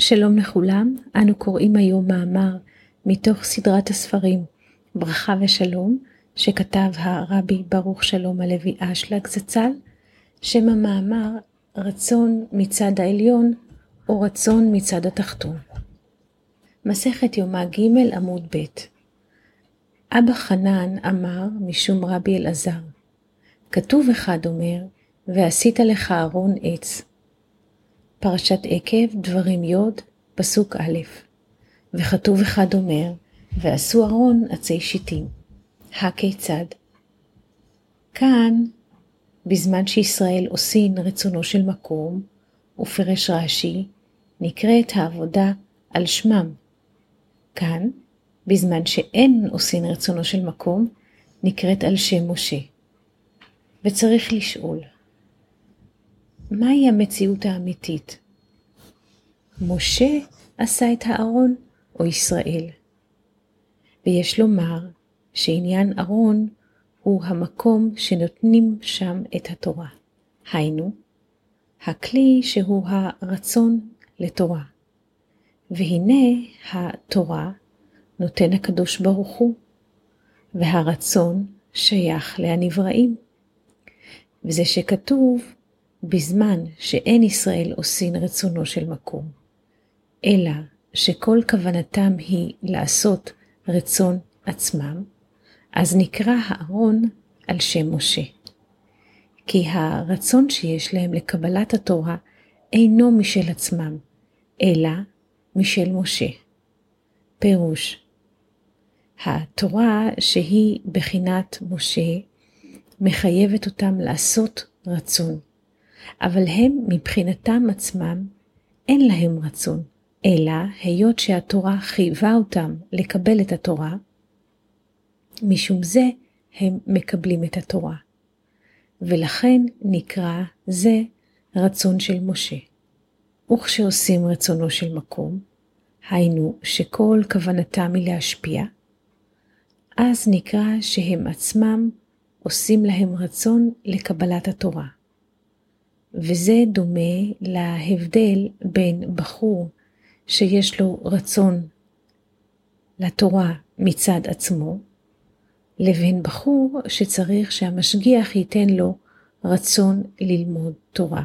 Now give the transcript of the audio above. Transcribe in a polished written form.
שלום לכולם, אנו קוראים היום מאמר מתוך סדרת הספרים ברכה ושלום שכתב הרבי ברוך שלום הלוי אשלג זצ"ל, שם המאמר רצון מצד העליון או רצון מצד התחתון. מסכת יומא ג' עמוד ב'. אבא חנן אמר משום רבי אלעזר, כתוב אחד אומר, ועשית לך ארון עץ. פרשת עקב דברים י' פסוק א'. וכתוב אחד אומר, ועשו ארון עצי שיטים. הכיצד? כאן, בזמן שישראל עושין רצונו של מקום, ופרש רש"י, נקראת העבודה על שמם. כאן, בזמן שאין עושין רצונו של מקום, נקראת על שם משה. וצריך לשאול, מהי המציאות האמיתית? משה עשה את הארון או ישראל? ויש לומר שעניין ארון הוא המקום שנותנים שם את התורה. היינו, הכלי שהוא הרצון לתורה. והנה התורה נותן הקדוש ברוך הוא, והרצון שייך להנבראים. וזה שכתוב, בזמן שאין ישראל עושין רצונו של מקום, אלא שכל כוונתם היא לעשות רצון עצמם, אז נקרא הארון על שם משה. כי הרצון שיש להם לקבלת התורה אינו משל עצמם, אלא משל משה. פירוש, התורה שהיא בחינת משה מחייבת אותם לעשות רצון. אבל הם מבחינתם עצמם אין להם רצון, אלא היות שהתורה חייבה אותם לקבל את התורה, משום זה הם מקבלים את התורה. ולכן נקרא זה רצון של משה. וכשעושים רצונו של מקום, היינו שכל כוונתם היא להשפיע, אז נקרא שהם עצמם עושים להם רצון לקבלת התורה. וזה דומה להבדל בין בחור שיש לו רצון לתורה מצד עצמו, לבין בחור שצריך שהמשגיח ייתן לו רצון ללמוד תורה.